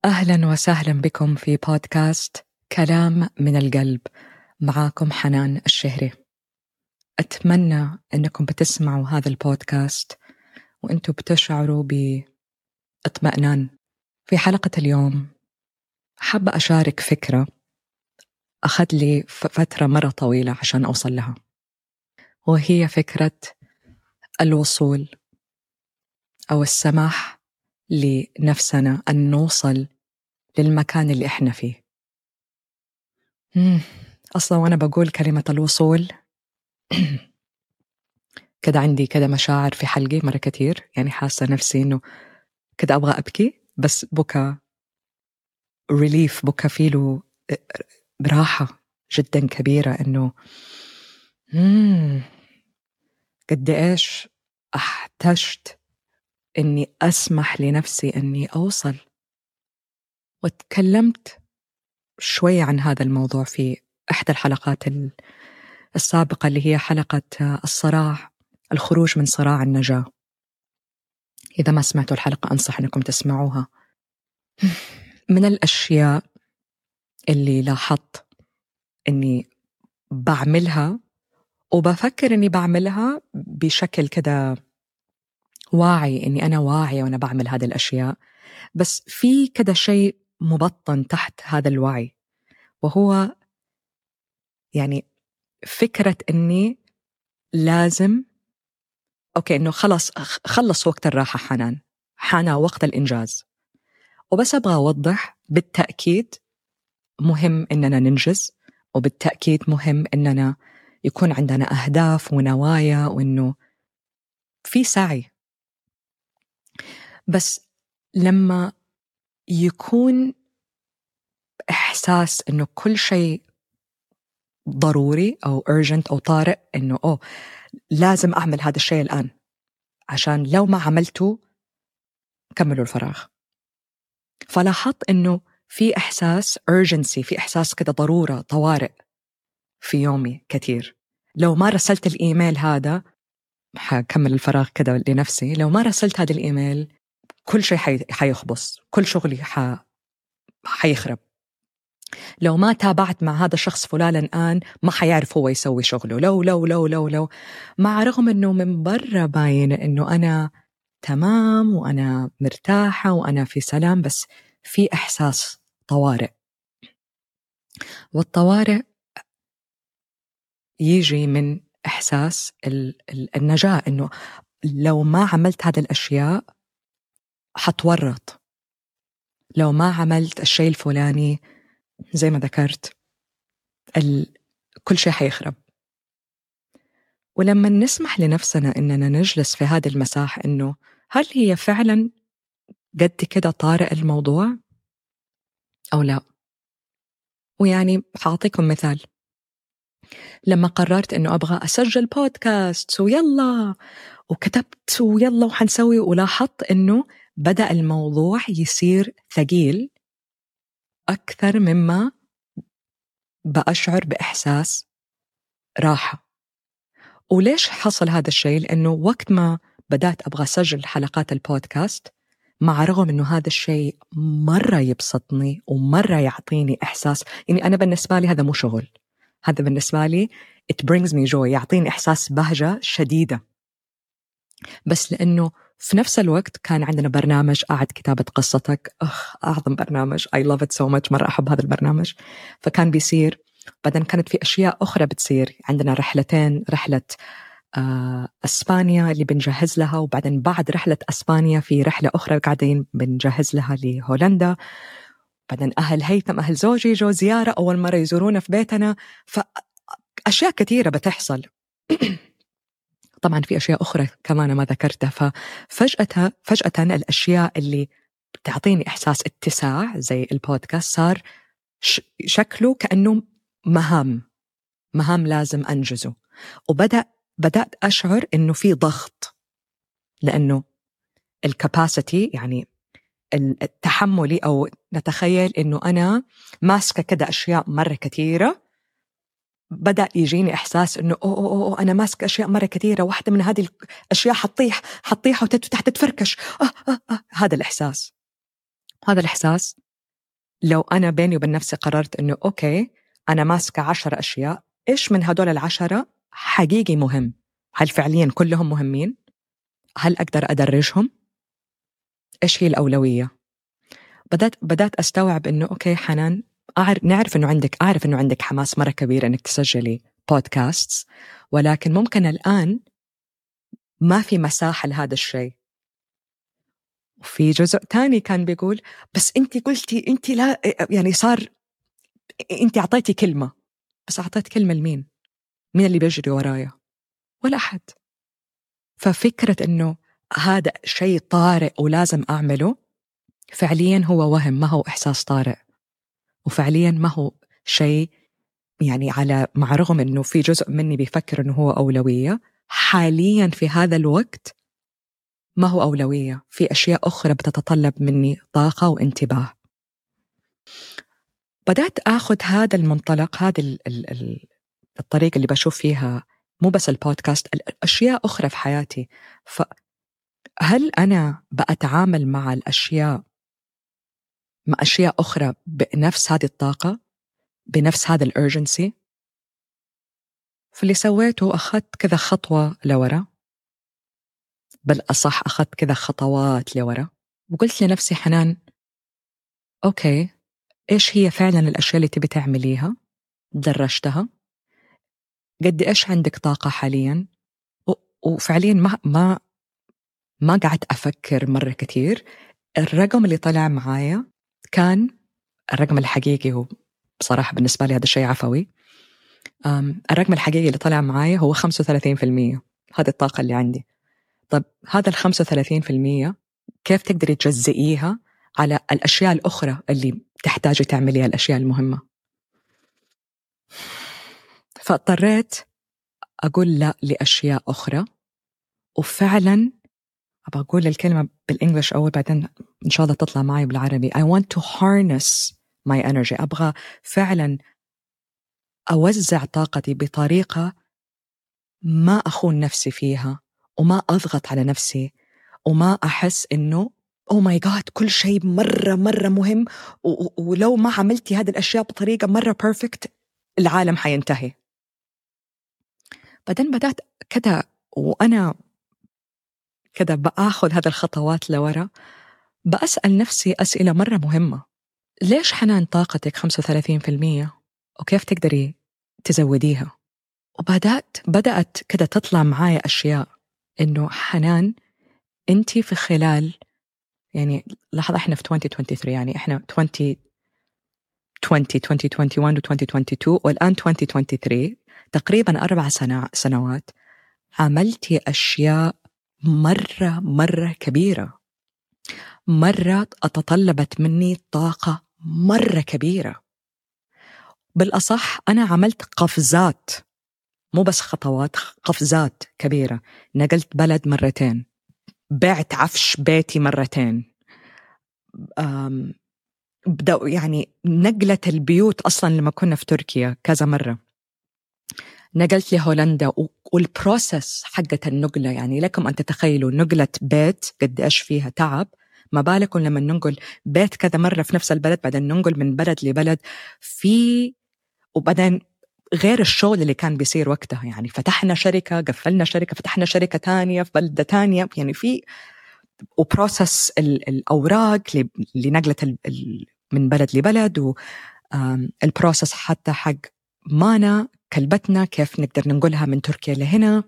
أهلا وسهلا بكم في بودكاست كلام من القلب. معاكم حنان الشهري. أتمنى أنكم بتسمعوا هذا البودكاست وأنتم بتشعروا باطمئنان. في حلقة اليوم حابة أشارك فكرة أخذ لي فترة مرة طويلة عشان أوصل لها، وهي فكرة الوصول أو السماح لنفسنا أن نوصل للمكان اللي إحنا فيه. أصلا وأنا بقول كلمة الوصول كده عندي كده مشاعر في حلقي مرة كتير، يعني حاسة نفسي إنه كده أبغى أبكي، بس بكى ريليف، بكى فيله براحة جدا كبيرة. إنه قد إيش احتجت إني أسمح لنفسي إني أوصل. وتكلمت شوية عن هذا الموضوع في إحدى الحلقات السابقة، اللي هي حلقة الصراع، الخروج من صراع النجاة. إذا ما سمعتوا الحلقة أنصح أنكم تسمعوها. من الأشياء اللي لاحظت أني بعملها وبفكر أني بعملها بشكل كده واعي، أني أنا واعية وأنا بعمل هذه الأشياء، بس في كده شيء مبطن تحت هذا الوعي، وهو يعني فكرة أني لازم أوكي أنه خلص وقت الراحة حنان، حان وقت الإنجاز. وبس أبغى أوضح بالتأكيد مهم أننا ننجز، وبالتأكيد مهم أننا يكون عندنا أهداف ونوايا وأنه في سعي. بس لما يكون إحساس أنه كل شيء ضروري أو urgent أو طارئ، أنه لازم أعمل هذا الشيء الآن، عشان لو ما عملته كملوا الفراغ. فلاحظت أنه في إحساس urgency، في إحساس كده ضرورة، طوارئ في يومي كتير. لو ما رسلت الإيميل هذا حكمل الفراغ كده لنفسي، لو ما رسلت هذا الإيميل كل شيء حيخبص، كل شغلي حيخرب. لو ما تابعت مع هذا الشخص فلان الآن ما حيعرف هو يسوي شغله. لو مع رغم أنه من برا باين أنه أنا تمام وأنا مرتاحة وأنا في سلام، بس في إحساس طوارئ. والطوارئ يجي من إحساس النجاة، أنه لو ما عملت هذه الأشياء حتورط، لو ما عملت الشيء الفلاني زي ما ذكرت كل شيء حيخرب. ولما نسمح لنفسنا إننا نجلس في هذه المساحة، إنه هل هي فعلا قد كده طارئ الموضوع أو لا؟ ويعني حاعطيكم مثال. لما قررت إنه أبغى أسجل بودكاست ويلا وكتبت ويلا وحنسوي، ولاحظت إنه بدأ الموضوع يصير ثقيل أكثر مما بأشعر بإحساس راحة. وليش حصل هذا الشيء؟ لأنه وقت ما بدأت أبغى أسجل حلقات البودكاست، مع رغم أنه هذا الشيء مرة يبسطني ومرة يعطيني إحساس، يعني أنا بالنسبة لي هذا مو شغل، هذا بالنسبة لي it brings me joy، يعطيني إحساس بهجة شديدة. بس لأنه في نفس الوقت كان عندنا برنامج قاعد كتابة قصتك، أعظم برنامج، I love it so much، مرة أحب هذا البرنامج. فكان بيصير، بعدين كانت في أشياء أخرى بتصير، عندنا رحلتين، رحلة أسبانيا اللي بنجهز لها، وبعدين بعد رحلة أسبانيا في رحلة أخرى قاعدين بنجهز لها لهولندا. بعدين أهل هيثم، أهل زوجي، جو زيارة أول مرة يزورونا في بيتنا، فأشياء كثيرة بتحصل. طبعا في أشياء أخرى كمان ما ذكرتها. ففجأة الأشياء اللي بتعطيني إحساس اتساع زي البودكاست صار شكله كأنه مهام لازم أنجزه. بدأت أشعر إنه في ضغط، لأنه الكاباسيتي، يعني التحملي، أو نتخيل إنه أنا ماسكة كده أشياء مرة كثيرة. بدأ يجيني إحساس إنه أنا ماسكة أشياء مرة كثيرة، واحدة من هذه الأشياء حطيح وتتفركش. هذا الإحساس لو أنا بيني وبين نفسي قررت إنه أوكي أنا ماسكة 10 أشياء، إيش من هدول 10 حقيقي مهم؟ هل فعليا كلهم مهمين؟ هل أقدر أدرجهم؟ إيش هي الأولوية؟ بدأت أستوعب إنه أوكي حنان، أعرف إنه عندك حماس مرة كبير إنك تسجلي بودكاست، ولكن ممكن الآن ما في مساحة لهذا الشيء. وفي جزء تاني كان بيقول بس أنت قلتي أنت لا، يعني صار أنت أعطيتي كلمة، بس أعطيت كلمة لمين؟ مين اللي بيجري ورايا؟ ولا أحد. ففكرة إنه هذا شيء طارئ ولازم أعمله فعليا هو وهم، ما هو إحساس طارئ، وفعليا ما هو شيء يعني مع رغم إنه في جزء مني بيفكر إنه هو أولوية، حاليا في هذا الوقت ما هو أولوية، في أشياء أخرى بتتطلب مني طاقة وانتباه. بدأت أخذ هذا المنطلق، هذا الطريقة اللي بشوف فيها مو بس البودكاست، الأشياء أخرى في حياتي. فهل أنا بأتعامل مع الأشياء مع أشياء أخرى بنفس هذه الطاقة، بنفس هذا الأرجنسي؟ فاللي سويته أخذت كذا خطوة لورا، بالأصح أخذت كذا خطوات لورا، وقلت لنفسي حنان أوكي إيش هي فعلا الأشياء اللي تبي تعمليها؟ درجتها قد إيش عندك طاقة حاليا؟ وفعليا ما قعدت أفكر مرة كتير. الرقم اللي طلع معايا كان الرقم الحقيقي، هو بصراحة بالنسبة لي هذا الشيء عفوي. الرقم الحقيقي اللي طلع معايا هو 35%. هذه الطاقة اللي عندي. طب هذا 35% كيف تقدري تجزئيها على الأشياء الأخرى اللي تحتاجي تعمليها، الأشياء المهمة؟ فاضطريت أقول لا لأشياء أخرى. وفعلا أبغى أقول الكلمة بالإنجليش أول، بعدين إن شاء الله تطلع معي بالعربي. I want to harness my energy. أبغى فعلا أوزع طاقتي بطريقة ما أخون نفسي فيها، وما أضغط على نفسي، وما أحس إنه أوه ماي جاد كل شيء مرة مرة مهم، ولو ما عملتي هذه الأشياء بطريقة مرة بيرفكت العالم حينتهي. بعدين بدأت كده وأنا كده بأخذ هذه الخطوات لورا، بأسأل نفسي أسئلة مرة مهمة. ليش حنان طاقتك 35%؟ وكيف تقدري تزوديها؟ بدأت كده تطلع معايا أشياء إنه حنان أنتي في خلال يعني لحظة إحنا في 2023، يعني إحنا 2021 و 2022 والآن 2023، تقريبا 4 سنوات عملتي أشياء مرة مرة كبيرة، مرة تطلبت مني طاقة مرة كبيرة. بالأصح أنا عملت قفزات، مو بس خطوات، قفزات كبيرة. نقلت بلد مرتين، بعت عفش بيتي مرتين، بدأ يعني نقلة البيوت أصلا لما كنا في تركيا كذا مرة، نقلت لهولندا. والبروسس حقة النقلة يعني لكم أن تتخيلوا نقلة بيت قد إيش فيها تعب، ما بالكم لما ننقل بيت كذا مرة في نفس البلد، بعدين ننقل من بلد لبلد وبعدين غير الشغل اللي كان بيصير وقتها، يعني فتحنا شركة، قفلنا شركة، فتحنا شركة تانية في بلدة تانية، يعني وبروسس الأوراق لنقلة من بلد لبلد، والبروسس حتى حق مانا كلبتنا كيف نقدر ننقلها من تركيا لهنا.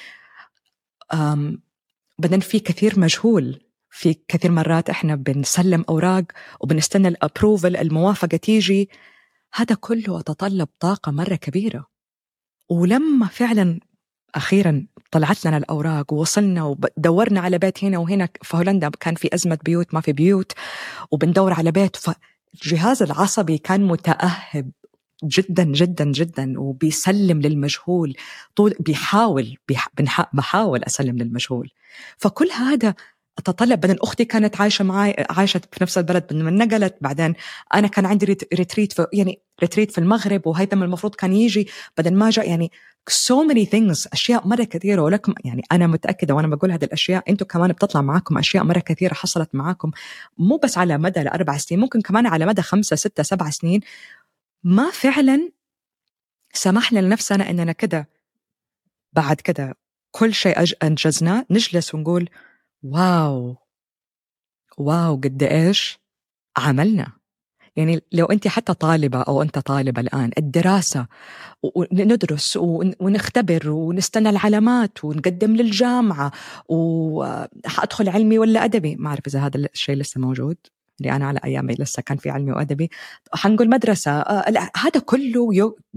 بعدين في كثير مجهول، في كثير مرات احنا بنسلم أوراق وبنستنى الابروفل، الموافقة تيجي. هذا كله يتطلب طاقة مرة كبيرة. ولما فعلا أخيرا طلعت لنا الأوراق ووصلنا ودورنا على بيت هنا وهنا، في هولندا كان في أزمة بيوت، ما في بيوت، وبندور على بيت، فالجهاز العصبي كان متأهب جدا جدا جدا وبيسلم للمجهول. بحاول أسلم للمجهول. فكل هذا أتطلب. بعدين أختي كانت عايشة معي، عايشة في نفس البلد من نقلت. بعدين أنا كان عندي ريتريت في المغرب، وهيثم المفروض كان يجي بعدين ما جاء. يعني so many things، أشياء مرة كثيرة. ولكم يعني أنا متأكدة وأنا بقول هذه الأشياء أنتم كمان بتطلع معاكم أشياء مرة كثيرة حصلت معاكم، مو بس على مدى 4 سنين، ممكن كمان على مدى 5 6 7 سنين. ما فعلا سمحنا لنفسنا أننا كده بعد كده كل شيء أنجزناه نجلس ونقول واو قد إيش عملنا. يعني لو أنت حتى طالبة أو أنت طالبة الآن، الدراسة وندرس ونختبر ونستنى العلامات ونقدم للجامعة، وحأدخل علمي ولا أدبي، ما أعرف إذا هذا الشيء لسه موجود، اللي أنا على أيامي لسه كان في علمي وأدبي. حنقول مدرسة، هذا كله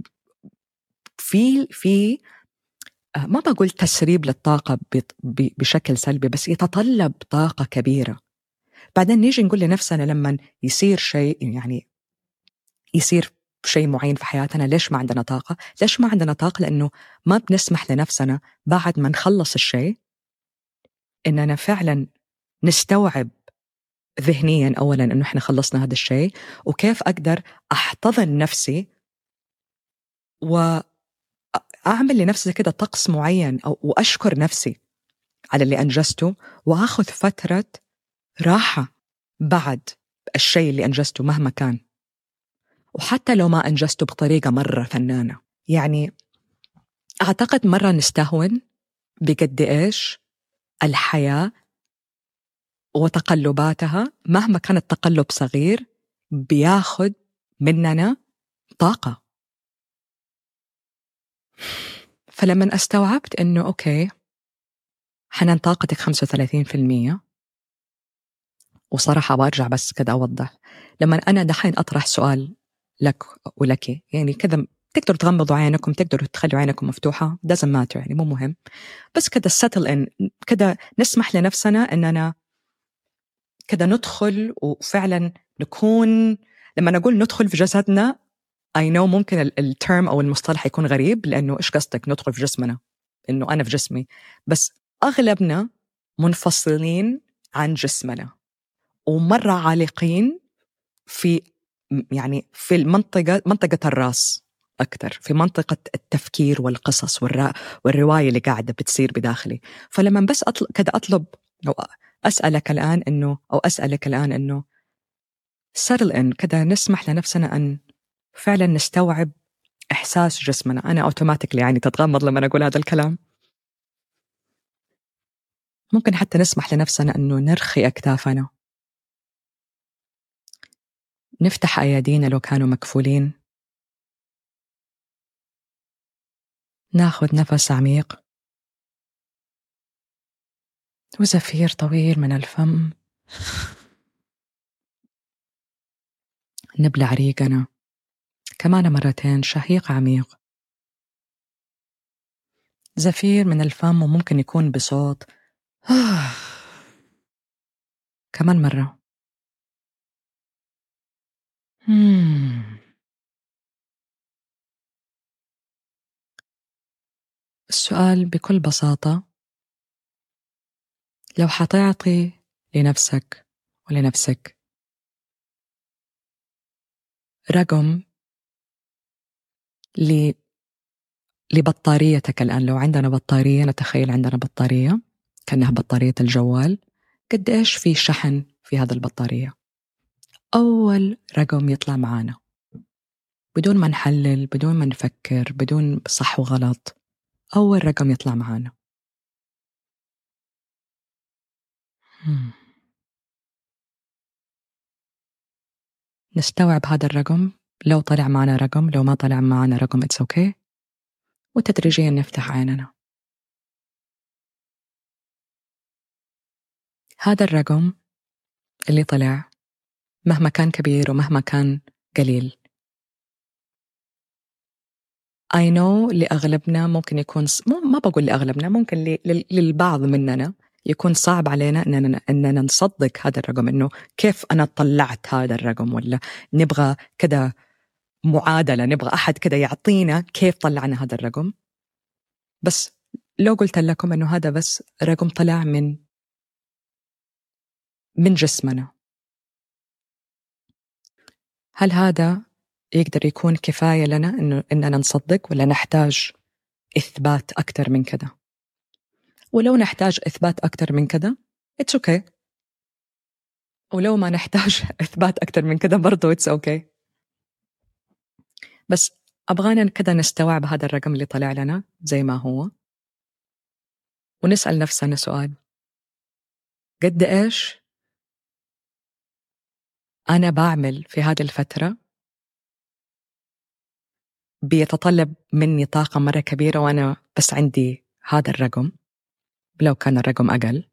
في ما بقول تسريب للطاقة بشكل سلبي، بس يتطلب طاقة كبيرة. بعدين نيجي نقول لنفسنا لما يصير شيء، يعني يصير شيء معين في حياتنا، ليش ما عندنا طاقة؟ ليش ما عندنا طاقة؟ لأنه ما بنسمح لنفسنا بعد ما نخلص الشيء إننا فعلا نستوعب ذهنيا أولا إنه إحنا خلصنا هذا الشيء، وكيف أقدر أحتضن نفسي وأعمل لنفسي كده طقس معين، وأشكر نفسي على اللي أنجزته، وأخذ فترة راحة بعد الشيء اللي أنجزته مهما كان، وحتى لو ما أنجزته بطريقة مرة فنانة. يعني أعتقد مرة نستهون بقد إيش الحياة وتقلباتها مهما كان التقلب صغير بياخد مننا طاقة. فلما استوعبت إنه أوكي حنان طاقتك 35%، وصراحة برجع بس كده أوضح، لما أنا دحين أطرح سؤال لك ولك، يعني كذا تقدروا تغمضوا عينكم، تقدروا تخلوا عينكم مفتوحة، doesn't matter، يعني مو مهم، بس كده settle in، كده نسمح لنفسنا أننا كده ندخل وفعلا نكون. لما نقول ندخل في جسدنا I know ممكن الترم أو المصطلح يكون غريب، لأنه إيش قصدك ندخل في جسمنا؟ إنه أنا في جسمي، بس أغلبنا منفصلين عن جسمنا ومرة عالقين في، يعني في منطقة الرأس أكتر، في منطقة التفكير والقصص والرواية اللي قاعدة بتصير بداخلي. فلما بس كده أطلب أو أسألك الآن إنه، أو أسألك الآن إنه settle in، كده نسمح لنفسنا أن فعلا نستوعب إحساس جسمنا. أنا أوتوماتيكلي يعني تتغمض لما أقول هذا الكلام. ممكن حتى نسمح لنفسنا أنه نرخي أكتافنا، نفتح أيادينا لو كانوا مكفولين، ناخذ نفس عميق وزفير طويل من الفم، نبلع ريقنا كمان مرتين، شهيق عميق، زفير من الفم، وممكن يكون بصوت كمان مرة. السؤال بكل بساطة، لو حتعطي لنفسك ولنفسك رقم لبطاريتك الآن، لو عندنا بطارية، نتخيل عندنا بطارية كأنها بطارية الجوال، قد إيش في شحن في هذا البطارية؟ أول رقم يطلع معانا بدون ما نحلل، بدون ما نفكر، بدون صح وغلط، أول رقم يطلع معانا نستوعب هذا الرقم. لو طلع معنا رقم، لو ما طلع معنا رقم it's okay، وتدريجيا نفتح عيننا. هذا الرقم اللي طلع مهما كان كبير ومهما كان قليل، I know لأغلبنا ممكن يكون ما بقول لأغلبنا، ممكن للبعض مننا يكون صعب علينا إننا نصدق هذا الرقم، إنه كيف أنا طلعت هذا الرقم، ولا نبغى كده معادلة، نبغى أحد كده يعطينا كيف طلعنا هذا الرقم. بس لو قلت لكم إنه هذا بس رقم طلع من من جسمنا. هل هذا يقدر يكون كفاية لنا إننا نصدق، ولا نحتاج إثبات أكتر من كده؟ ولو نحتاج إثبات أكتر من كده it's okay، ولو ما نحتاج إثبات أكتر من كده برضو it's okay. بس أبغانا كده نستوعب هذا الرقم اللي طلع لنا زي ما هو، ونسأل نفسنا سؤال: قد إيش أنا بعمل في هذه الفترة بيتطلب مني طاقة مرة كبيرة وأنا بس عندي هذا الرقم، لو كان الرقم أقل،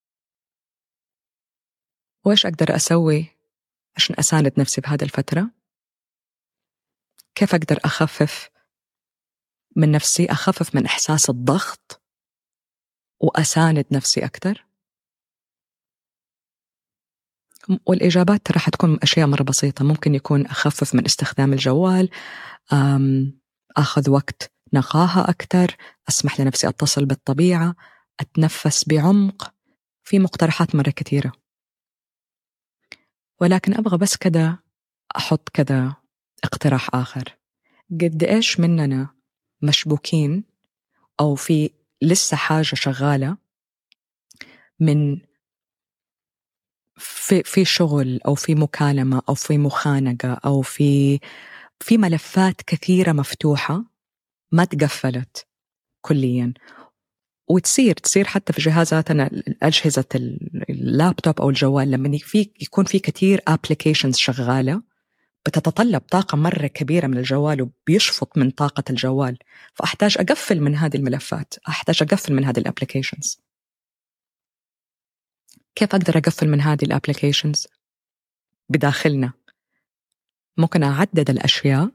وإيش أقدر أسوي عشان أساند نفسي بهذه الفترة؟ كيف أقدر أخفف من نفسي، أخفف من إحساس الضغط وأساند نفسي أكتر؟ والإجابات راح تكون أشياء مرة بسيطة. ممكن يكون أخفف من استخدام الجوال، أخذ وقت نقاهة أكتر، أسمح لنفسي أتصل بالطبيعة، أتنفس بعمق. في مقترحات مرة كثيرة، ولكن أبغى بس كده أحط كده اقتراح آخر: قد إيش مننا مشبوكين أو في لسه حاجة شغالة من في شغل أو في مكالمة أو في مخانقة أو في ملفات كثيرة مفتوحة ما تقفلت كليا، وتصير حتى في جهازاتنا، أجهزة اللابتوب أو الجوال، لما يكون في كثير applications شغالة بتتطلب طاقة مرة كبيرة من الجوال وبيشفط من طاقة الجوال، فأحتاج أقفل من هذه الملفات، أحتاج أقفل من هذه الابليكيشنز. كيف أقدر أقفل من هذه الابليكيشنز بداخلنا؟ ممكن أعدد الأشياء،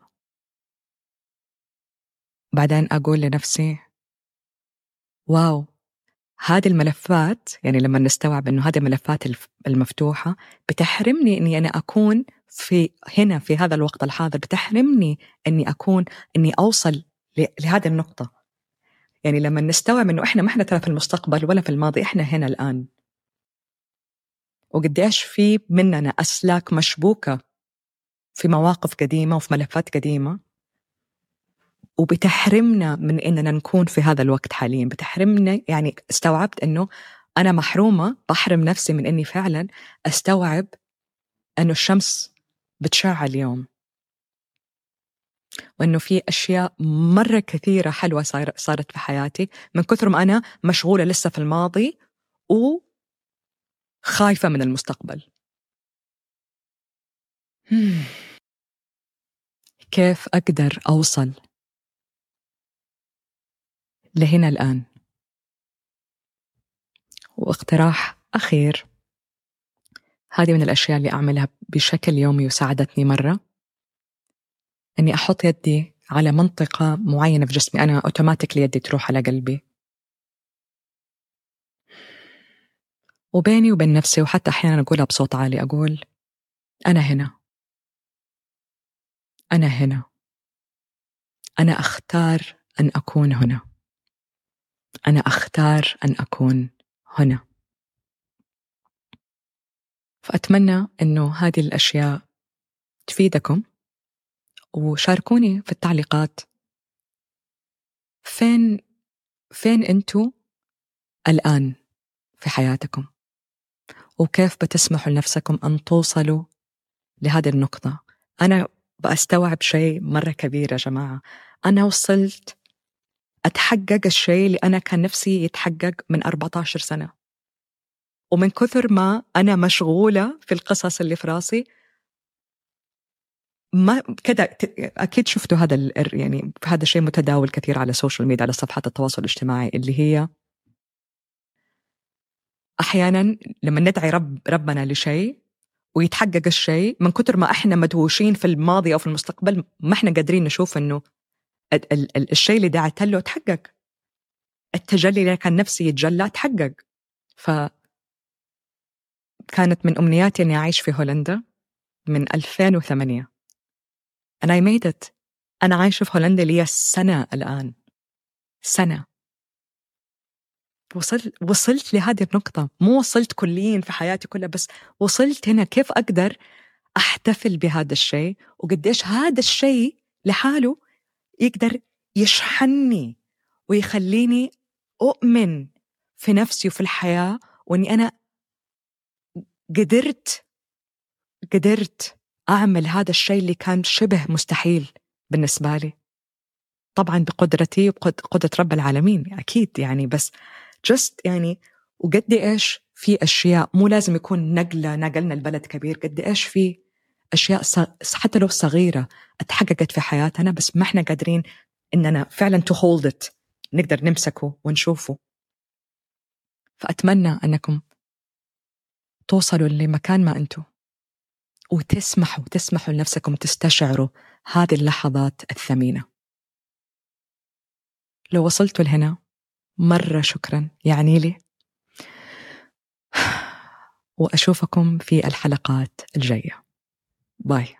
بعدين أقول لنفسي واو، هذه الملفات، يعني لما نستوعب أنه هذه الملفات المفتوحة بتحرمني أني أنا أكون هنا في هذا الوقت الحاضر، بتحرمني أني أوصل لهذه النقطة. يعني لما نستوعب أنه إحنا ما إحنا ترى في المستقبل ولا في الماضي، إحنا هنا الآن، وقديش في مننا أسلاك مشبوكة في مواقف قديمة وفي ملفات قديمة، وبتحرمنا من إننا نكون في هذا الوقت حاليا، بتحرمنا. يعني استوعبت أنه أنا محرومة، بحرم نفسي من إني فعلا أستوعب أنه الشمس بتشع اليوم، وأنه في أشياء مرة كثيرة حلوة صارت في حياتي من كثر ما أنا مشغولة لسه في الماضي وخايفة من المستقبل. كيف أقدر أوصل لهنا الآن؟ واقتراح أخير، هذه من الأشياء اللي أعملها بشكل يومي وساعدتني مرة، أني أحط يدي على منطقة معينة في جسمي. أنا أوتوماتيكلي يدي تروح على قلبي، وبيني وبين نفسي، وحتى أحيانا أقولها بصوت عالي، أقول أنا هنا، أنا هنا، أنا أختار أن أكون هنا، أنا أختار أن أكون هنا. فأتمنى أنه هذه الأشياء تفيدكم، وشاركوني في التعليقات فين أنتوا الآن في حياتكم، وكيف بتسمحوا لنفسكم أن توصلوا لهذه النقطة. أنا بأستوعب شيء مرة كبير يا جماعة، أنا وصلت أتحقق الشيء اللي أنا كان نفسي يتحقق من 14 سنة، ومن كثر ما أنا مشغولة في القصص اللي في راسي ما كده. أكيد شفتوا هذا يعني هذا الشيء متداول كثير على السوشيال ميديا، على صفحات التواصل الاجتماعي، اللي هي أحيانا لما ندعي ربنا لشيء ويتحقق الشيء، من كتر ما إحنا مدهوشين في الماضي أو في المستقبل، ما إحنا قادرين نشوف إنه الشيء اللي دعت له تحقق، التجلي اللي كان نفسي يتجلى تحقق. فكانت من أمنياتي إني أعيش في هولندا من 2008 and I made it. أنا عايشة في هولندا لي سنة الآن، سنة. وصلت لهذه النقطة، مو وصلت كليا في حياتي كلها، بس وصلت هنا كيف أقدر أحتفل بهذا الشيء، وقديش هذا الشيء لحاله يقدر يشحنني ويخليني أؤمن في نفسي وفي الحياة، وأني أنا قدرت أعمل هذا الشيء اللي كان شبه مستحيل بالنسبة لي، طبعا بقدرتي وبقدرة رب العالمين أكيد يعني، بس يعني وقد إيش في أشياء مو لازم يكون نقلنا البلد كبير، قد إيش في أشياء حتى لو صغيرة اتحققت في حياتنا، بس ما إحنا قادرين إننا فعلا to hold it، نقدر نمسكه ونشوفه. فأتمنى أنكم توصلوا لمكان ما أنتم، وتسمحوا لنفسكم تستشعروا هذه اللحظات الثمينة. لو وصلتوا لهنا مرة شكرا يعني لي، وأشوفكم في الحلقات الجاية. باي.